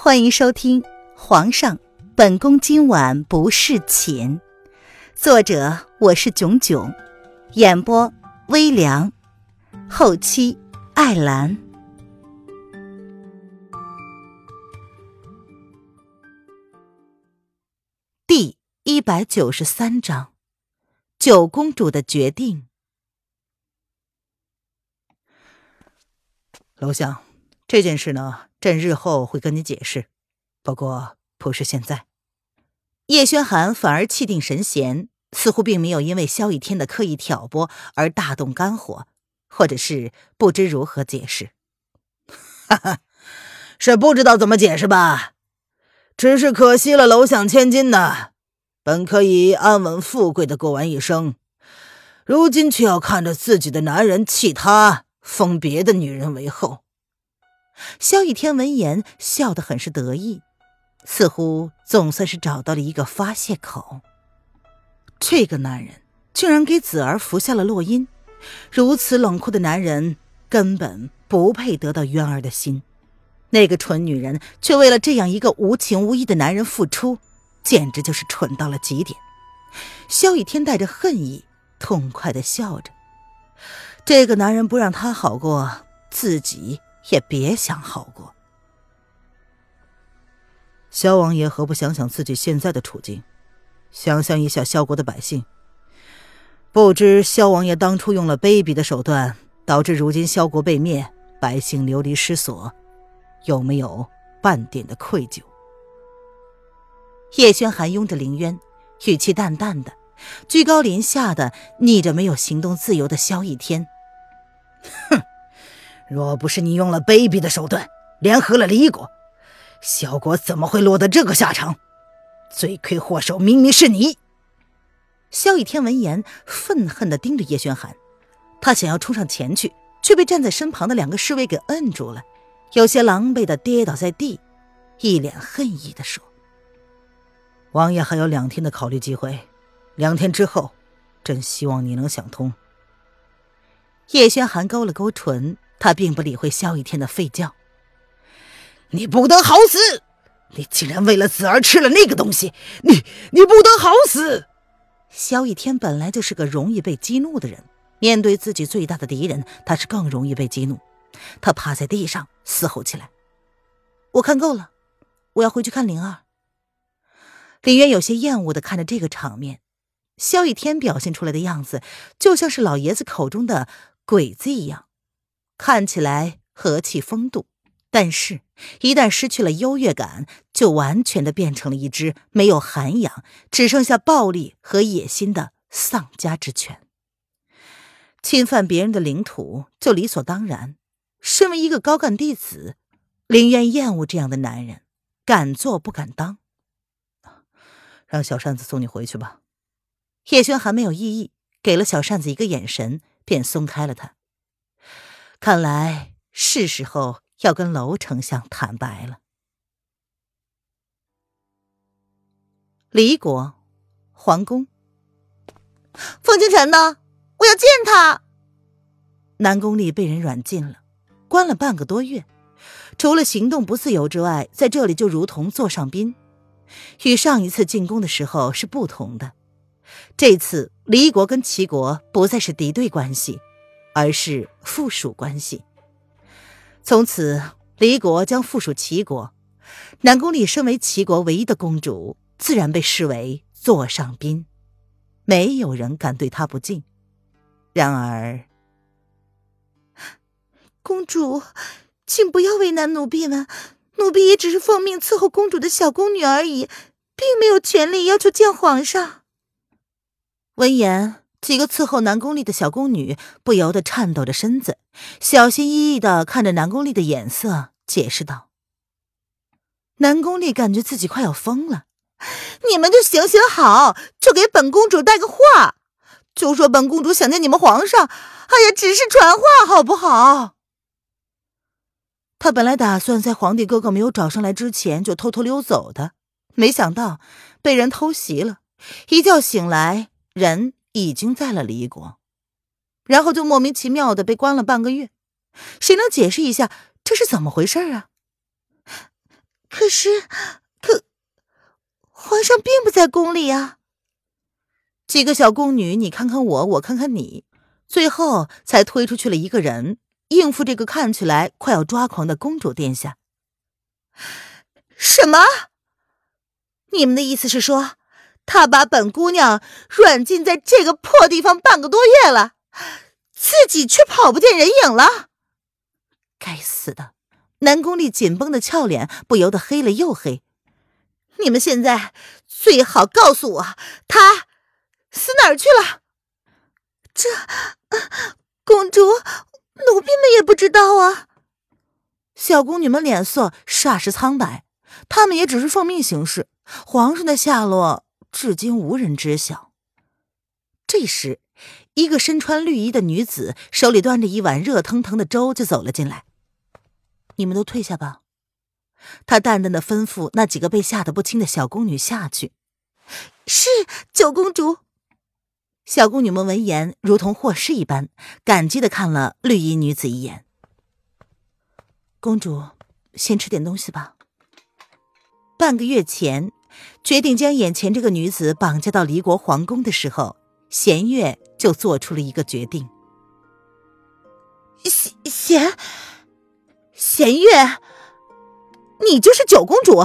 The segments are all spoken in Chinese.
欢迎收听《皇上，本宫今晚不侍寝》，作者我是囧囧，演播微凉，后期艾兰。第193章，九公主的决定。 楼相，这件事呢，朕日后会跟你解释，不过不是现在。 叶轩寒反而气定神闲，似乎并没有因为萧逸天的刻意挑拨而大动肝火，或者是不知如何解释。 哈哈，是不知道怎么解释吧？只是可惜了楼相千金呐，本可以安稳富贵的过完一生，如今却要看着自己的男人弃她，封别的女人为后。 萧逸天闻言笑得很是得意，似乎总算是找到了一个发泄口。这个男人竟然给子儿服下了落阴，如此冷酷的男人根本不配得到渊儿的心。那个蠢女人却为了这样一个无情无义的男人付出，简直就是蠢到了极点。萧逸天带着恨意痛快地笑着，这个男人不让他好过，自己也别想好过。 萧王爷何不想想自己现在的处境，想象一下萧国的百姓。不知萧王爷当初用了卑鄙的手段，导致如今萧国被灭，百姓流离失所，有没有半点的愧疚？ 叶轩寒拥着凌渊，语气淡淡的，居高临下的睨着没有行动自由的萧逸天。 哼，若不是你用了卑鄙的手段，联合了李国，萧国怎么会落得这个下场？罪魁祸首明明是你！ 萧逸天闻言愤恨地盯着叶轩寒，他想要冲上前去，却被站在身旁的两个侍卫给摁住了，有些狼狈地跌倒在地，一脸恨意地说： 王爷还有2天的考虑机会，2天之后，朕希望你能想通。 叶轩寒勾了勾唇，他并不理会萧逸天的吠叫。 你不得好死！你竟然为了子儿吃了那个东西，你不得好死！ 萧逸天本来就是个容易被激怒的人，面对自己最大的敌人，他是更容易被激怒。他趴在地上嘶吼起来：我看够了，我要回去看灵儿。林渊有些厌恶地看着这个场面，萧逸天表现出来的样子就像是老爷子口中的鬼子一样，看起来和气风度，但是一旦失去了优越感，就完全的变成了一只没有涵养，只剩下暴力和野心的丧家之犬。侵犯别人的领土就理所当然，身为一个高干弟子，林渊厌恶这样的男人，敢做不敢当。 让小扇子送你回去吧。 叶轩寒没有异议，给了小扇子一个眼神，便松开了他。看来是时候要跟娄丞相坦白了。离国皇宫， 风清晨呢？我要见他。 南宫丽被人软禁了，关了半个多月，除了行动不自由之外，在这里就如同座上宾。与上一次进宫的时候是不同的，这次离国跟齐国不再是敌对关系，而是附属关系。从此离国将附属齐国，南宫丽身为齐国唯一的公主，自然被视为座上宾，没有人敢对她不敬。然而， 公主，请不要为难奴婢们，奴婢也只是奉命伺候公主的小宫女而已，并没有权利要求见皇上。 闻言，几个伺候南宫丽的小宫女不由得颤抖着身子，小心翼翼地看着南宫丽的眼色，解释道。南宫丽感觉自己快要疯了。 你们就行行好，就给本公主带个话，就说本公主想见你们皇上，哎呀，只是传话好不好？ 他本来打算在皇帝哥哥没有找上来之前就偷偷溜走的，没想到被人偷袭了，一觉醒来，人已经在了离国，然后就莫名其妙的被关了半个月。谁能解释一下这是怎么回事啊？ 可皇上并不在宫里啊。 几个小宫女，你看看我，我看看你，最后才推出去了一个人，应付这个看起来快要抓狂的公主殿下。 什么？你们的意思是说，他把本姑娘软禁在这个破地方半个多月了，自己却跑不见人影了？ 该死的！南宫丽紧绷的俏脸不由得黑了又黑。 你们现在最好告诉我，他死哪儿去了？公主，奴婢们也不知道啊。 小宫女们脸色霎时苍白，她们也只是奉命行事，皇上的下落至今无人知晓。这时，一个身穿绿衣的女子手里端着一碗热腾腾的粥就走了进来。你们都退下吧。她淡淡的吩咐那几个被吓得不轻的小宫女下去。 是，九公主。 小宫女们闻言如同获释一般，感激地看了绿衣女子一眼。公主，先吃点东西吧。半个月前，决定将眼前这个女子绑架到离国皇宫的时候，弦月就做出了一个决定。 弦月，你就是九公主？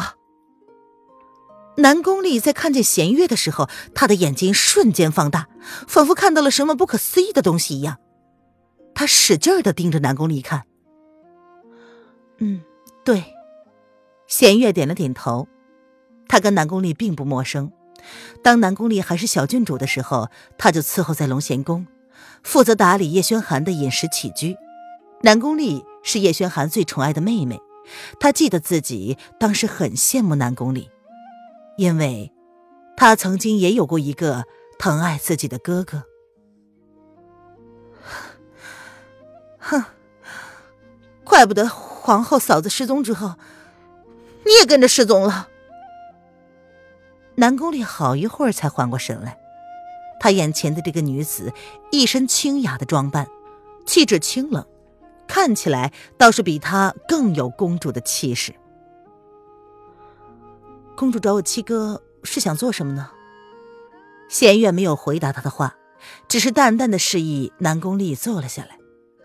南宫丽在看见弦月的时候，她的眼睛瞬间放大，仿佛看到了什么不可思议的东西一样。她使劲地盯着南宫丽看。对。弦月点了点头。她跟南宫丽并不陌生，当南宫丽还是小郡主的时候，她就伺候在龙贤宫，负责打理叶宣寒的饮食起居。南宫丽是叶宣寒最宠爱的妹妹，她记得自己当时很羡慕南宫丽，因为她曾经也有过一个疼爱自己的哥哥。哼，怪不得皇后嫂子失踪之后，你也跟着失踪了。南宫丽好一会儿才缓过神来，她眼前的这个女子一身清雅的装扮，气质清冷，看起来倒是比她更有公主的气势。公主找我七哥是想做什么呢？弦月没有回答她的话，只是淡淡的示意南宫丽坐了下来。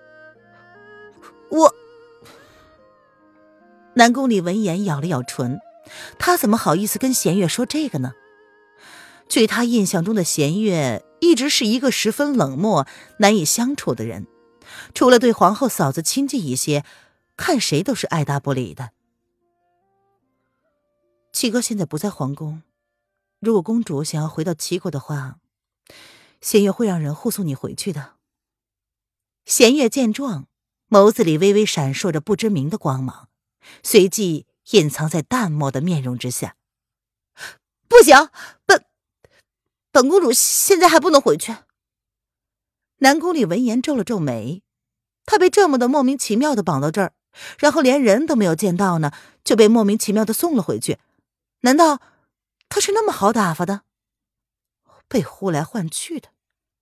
南宫丽闻言咬了咬唇，她怎么好意思跟弦月说这个呢？据她印象中的弦月一直是一个十分冷漠难以相处的人，除了对皇后嫂子亲近一些，看谁都是爱答不理的。七哥现在不在皇宫，如果公主想要回到齐国的话，弦月会让人护送你回去的。弦月见状，眸子里微微闪烁着不知名的光芒，随即隐藏在淡漠的面容之下。 不行，本公主现在还不能回去。 南宫丽闻言皱了皱眉，她被这么的莫名其妙的绑到这儿，然后连人都没有见到呢，就被莫名其妙的送了回去。难道她是那么好打发的？被呼来唤去的。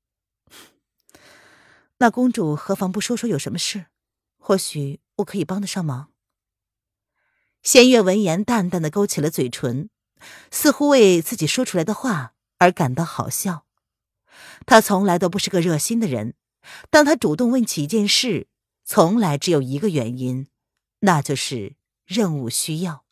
那公主何妨不说说有什么事，或许我可以帮得上忙。弦月闻言淡淡的勾起了嘴唇，似乎为自己说出来的话而感到好笑。他从来都不是个热心的人，当他主动问起一件事，从来只有一个原因，那就是任务需要。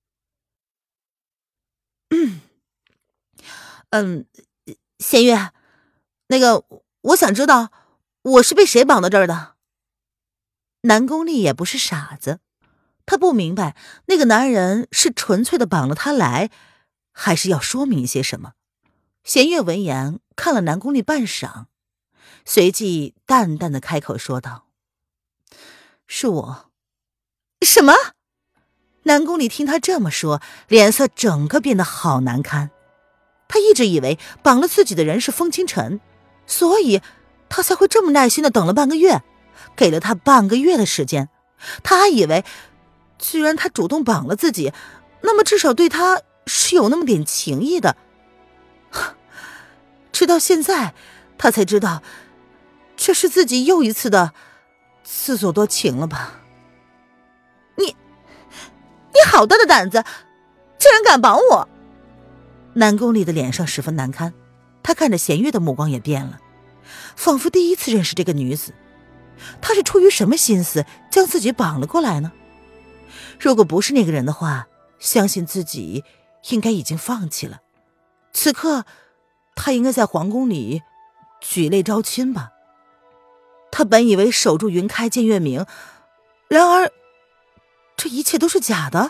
弦月，那个我想知道我是被谁绑到这儿的？南宫丽也不是傻子，他不明白那个男人是纯粹的绑了他来，还是要说明一些什么。弦月闻言看了南宫丽半晌，随即淡淡的开口说道：是我。 什么？ 南宫丽听他这么说，脸色整个变得好难看。他一直以为绑了自己的人是风清晨，所以他才会这么耐心的等了半个月，给了他半个月的时间。他还以为既然他主动绑了自己，那么至少对他是有那么点情谊的。直到现在他才知道，这是自己又一次的自作多情了吧。你好大的胆子，竟然敢绑我！ 南宫丽的脸上十分难堪，她看着弦月的目光也变了，仿佛第一次认识这个女子。她是出于什么心思将自己绑了过来呢？如果不是那个人的话，相信自己应该已经放弃了。此刻她应该在皇宫里举泪招亲吧。她本以为守住云开见月明，然而这一切都是假的。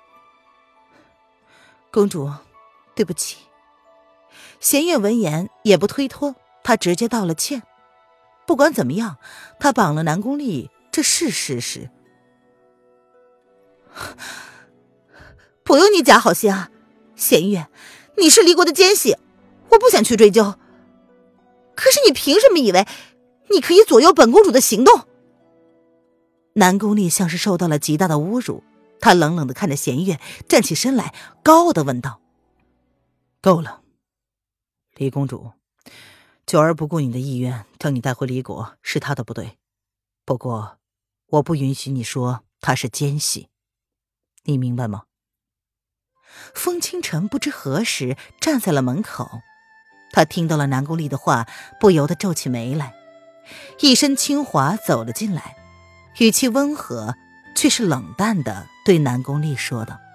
公主，对不起。弦月闻言也不推脱，她直接道了歉。不管怎么样，她绑了南宫丽，这是事实。 不用你假好心啊，弦月，你是离国的奸细，我不想去追究。可是你凭什么以为你可以左右本公主的行动？ 南宫丽像是受到了极大的侮辱，她冷冷地看着弦月，站起身来，高傲地问道：够了，李公主，九儿不顾你的意愿将你带回离国是她的不对，不过我不允许你说她是奸细，你明白吗？风清晨不知何时站在了门口，他听到了南宫丽的话，不由得皱起眉来，一身轻华走了进来，语气温和，却是冷淡的对南宫丽说道：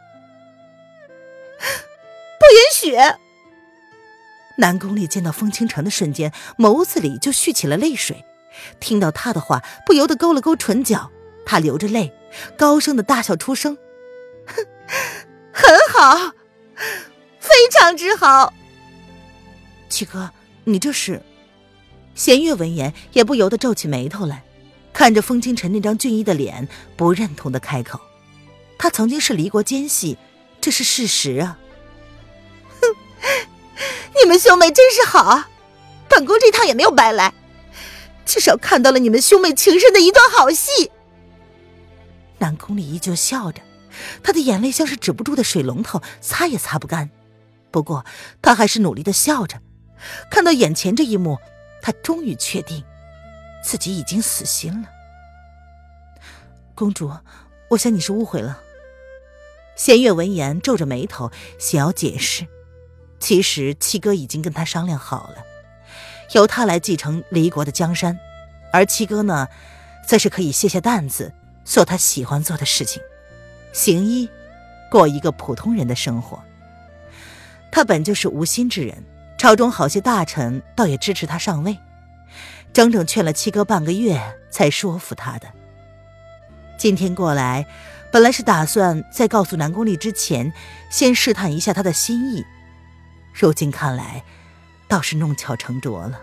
不允许！ 南宫丽见到风清晨的瞬间，眸子里就蓄起了泪水，听到他的话，不由得勾了勾唇角，他流着泪，高声的大笑出声： 很好，非常之好。 七哥，你这是……弦月闻言也不由得皱起眉头来，看着风清晨那张俊逸的脸，不认同的开口：他曾经是离国奸细，这是事实啊。 哼，你们兄妹真是好，本宫这趟也没有白来，至少看到了你们兄妹情深的一段好戏。 南宫丽依旧笑着，他的眼泪像是止不住的水龙头，擦也擦不干。不过他还是努力的笑着，看到眼前这一幕，他终于确定自己已经死心了。公主，我想你是误会了。弦月闻言皱着眉头，想要解释，其实七哥已经跟他商量好了，由他来继承离国的江山，而七哥呢，则是可以卸下担子，做他喜欢做的事情，行医，过一个普通人的生活。他本就是无心之人，朝中好些大臣倒也支持他上位，整整劝了七哥半个月才说服他的。今天过来，本来是打算在告诉南宫丽之前，先试探一下他的心意，如今看来，倒是弄巧成拙了。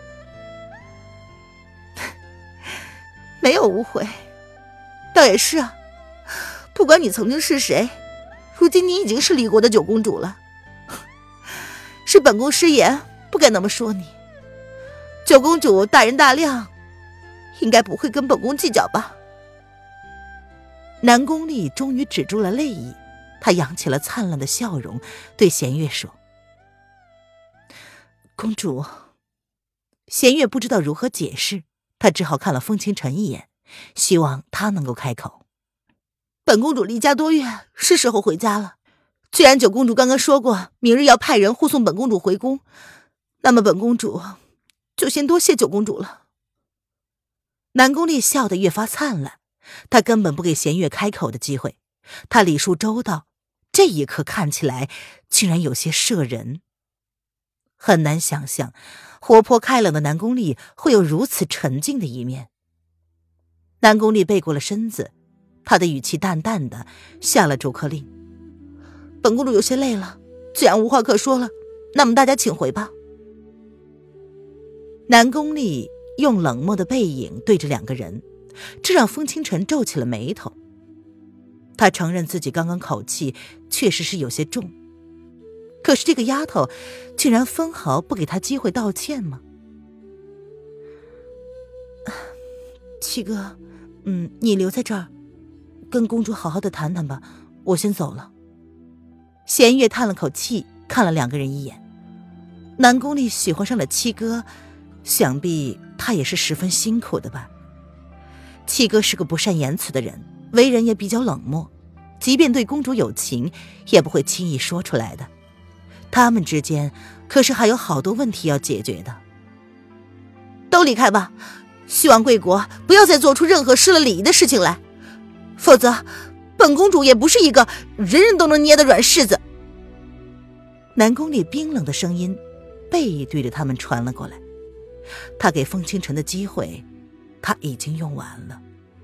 没有误会，倒也是啊。不管你曾经是谁，如今你已经是离国的九公主了。是本宫失言，不该那么说你。九公主大人大量，应该不会跟本宫计较吧？ 南宫丽终于止住了泪意，她扬起了灿烂的笑容，对弦月说：公主。弦月不知道如何解释，她只好看了风清晨一眼，希望他能够开口。 本公主离家多月，是时候回家了。既然九公主刚刚说过明日要派人护送本公主回宫，那么本公主就先多谢九公主了。 南宫丽笑得越发灿烂，她根本不给弦月开口的机会，她礼数周到，这一刻看起来竟然有些摄人。很难想象活泼开朗的南宫丽会有如此沉静的一面。南宫丽背过了身子，她的语气淡淡的下了逐客令： 本公主有些累了，既然无话可说了，那么大家请回吧。 南宫丽用冷漠的背影对着两个人，这让风清晨皱起了眉头。他承认自己刚刚口气确实是有些重，可是这个丫头竟然分毫不给他机会道歉吗？七哥，你留在这儿，跟公主好好的谈谈吧，我先走了。弦月叹了口气，看了两个人一眼。南宫丽喜欢上了七哥，想必他也是十分辛苦的吧。七哥是个不善言辞的人，为人也比较冷漠， 即便对公主有情，也不会轻易说出来的。他们之间可是还有好多问题要解决的。 都离开吧，希望贵国不要再做出任何失了礼仪的事情来，否则本公主也不是一个人人都能捏的软柿子。 南宫烈冰冷的声音背对着他们传了过来，他给风清晨的机会他已经用完了。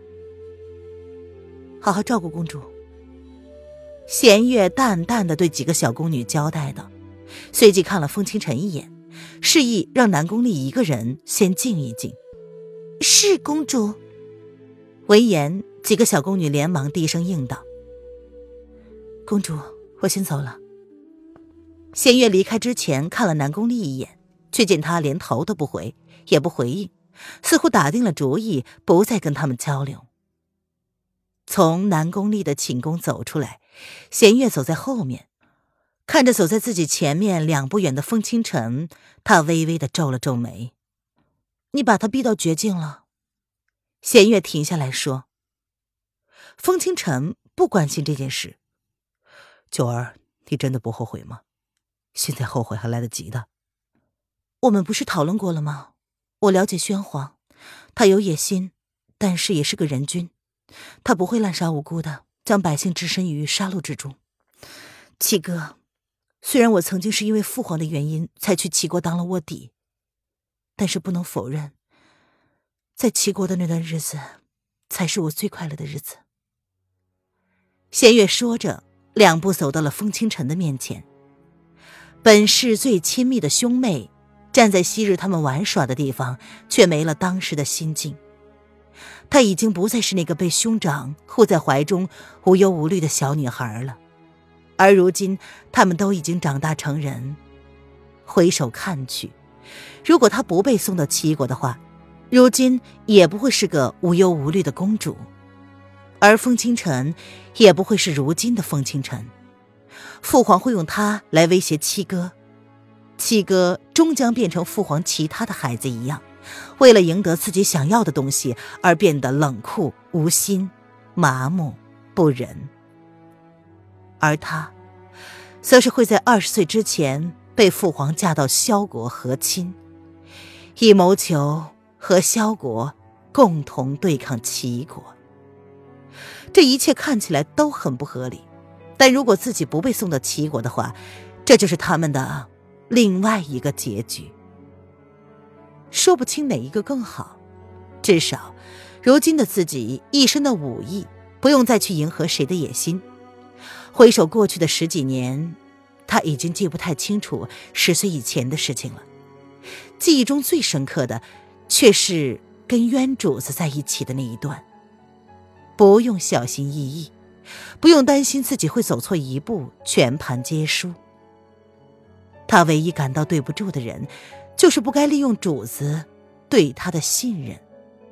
好好照顾公主。弦月淡淡的对几个小宫女交代道，随即看了风清晨一眼，示意让南宫丽一个人先静一静。 是公主。 闻言，几个小宫女连忙低声应道。公主，我先走了。弦月离开之前看了南宫丽一眼，却见她连头都不回，也不回应，似乎打定了主意不再跟他们交流。从南宫丽的寝宫走出来，弦月走在后面，看着走在自己前面2步远的风清晨，他微微地皱了皱眉。你把他逼到绝境了。弦月停下来说。风清晨不关心这件事。九儿，你真的不后悔吗？现在后悔还来得及的。我们不是讨论过了吗？我了解宣皇，他有野心，但是也是个人君，他不会滥杀无辜的，将百姓置身于杀戮之中。七哥，虽然我曾经是因为父皇的原因才去齐国当了卧底，但是不能否认，在齐国的那段日子才是我最快乐的日子。弦月说着2步走到了风清晨的面前。本是最亲密的兄妹，站在昔日他们玩耍的地方，却没了当时的心境。她已经不再是那个被兄长护在怀中无忧无虑的小女孩了，而如今他们都已经长大成人。回首看去，如果她不被送到齐国的话，如今也不会是个无忧无虑的公主，而风清晨也不会是如今的风清晨。父皇会用她来威胁七哥，七哥终将变成父皇其他的孩子一样，为了赢得自己想要的东西而变得冷酷无心、麻木不仁。而她则是会在20岁之前被父皇嫁到萧国和亲，以谋求和萧国共同对抗齐国。这一切看起来都很不合理，但如果自己不被送到齐国的话，这就是他们的另外一个结局。说不清哪一个更好，至少如今的自己一身的武艺，不用再去迎合谁的野心。回首过去的10几年，他已经记不太清楚10岁以前的事情了，记忆中最深刻的却是跟冤主子在一起的那一段。不用小心翼翼，不用担心自己会走错一步，全盘皆输。他唯一感到对不住的人，就是不该利用主子对他的信任。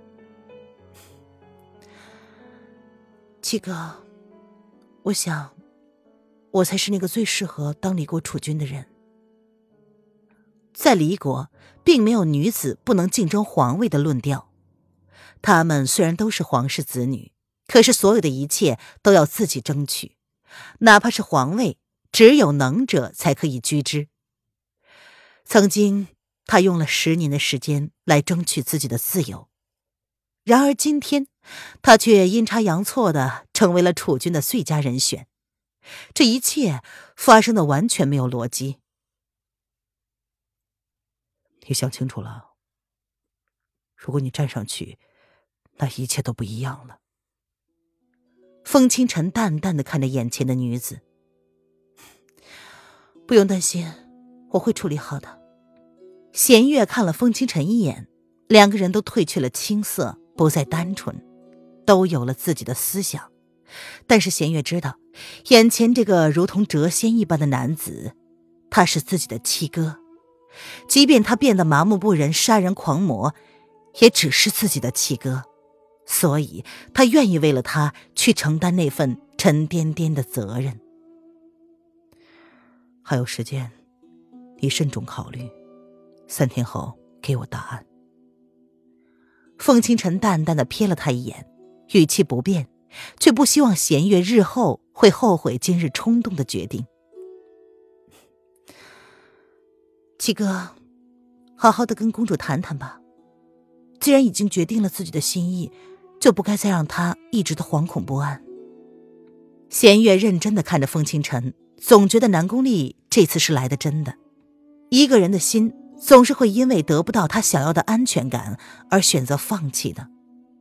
七哥，我想我才是那个最适合当离国储君的人。在离国并没有女子不能竞争皇位的论调，他们虽然都是皇室子女，可是所有的一切都要自己争取，哪怕是皇位，只有能者才可以居之。曾经他用了10年的时间来争取自己的自由，然而今天他却阴差阳错地成为了储君的最佳人选。这一切发生的完全没有逻辑。你想清楚了，如果你站上去，那一切都不一样了。风清晨淡淡地看着眼前的女子。不用担心，我会处理好的。弦月看了风清晨一眼，2个人都褪去了青涩，不再单纯，都有了自己的思想。但是弦月知道，眼前这个如同谪仙一般的男子，他是自己的七哥，即便他变得麻木不仁、杀人狂魔，也只是自己的七哥，所以他愿意为了他去承担那份沉甸甸的责任。还有时间，你慎重考虑，3天后给我答案。风清晨淡淡地瞥了他一眼，语气不变，却不希望弦月日后会后悔今日冲动的决定。七哥，好好的跟公主谈谈吧。既然已经决定了自己的心意，就不该再让她一直的惶恐不安。弦月认真的看着风清晨，总觉得南宫丽这次是来的真的。一个人的心总是会因为得不到他想要的安全感而选择放弃的。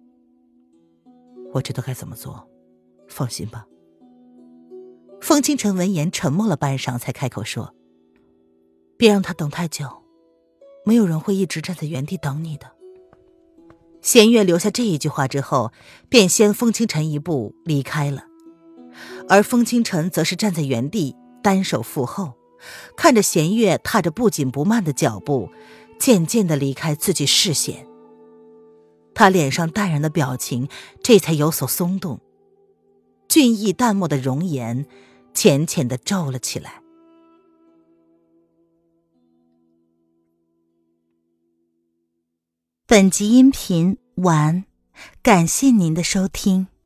我知道该怎么做，放心吧。风清晨闻言沉默了半晌，才开口说：别让他等太久，没有人会一直站在原地等你的。弦月留下这一句话之后，便先风清晨一步离开了，而风清晨则是站在原地单手负后，看着弦月踏着不紧不慢的脚步渐渐地离开自己视线。他脸上淡然的表情这才有所松动，俊逸淡漠的容颜浅浅地皱了起来。本集音频完，感谢您的收听。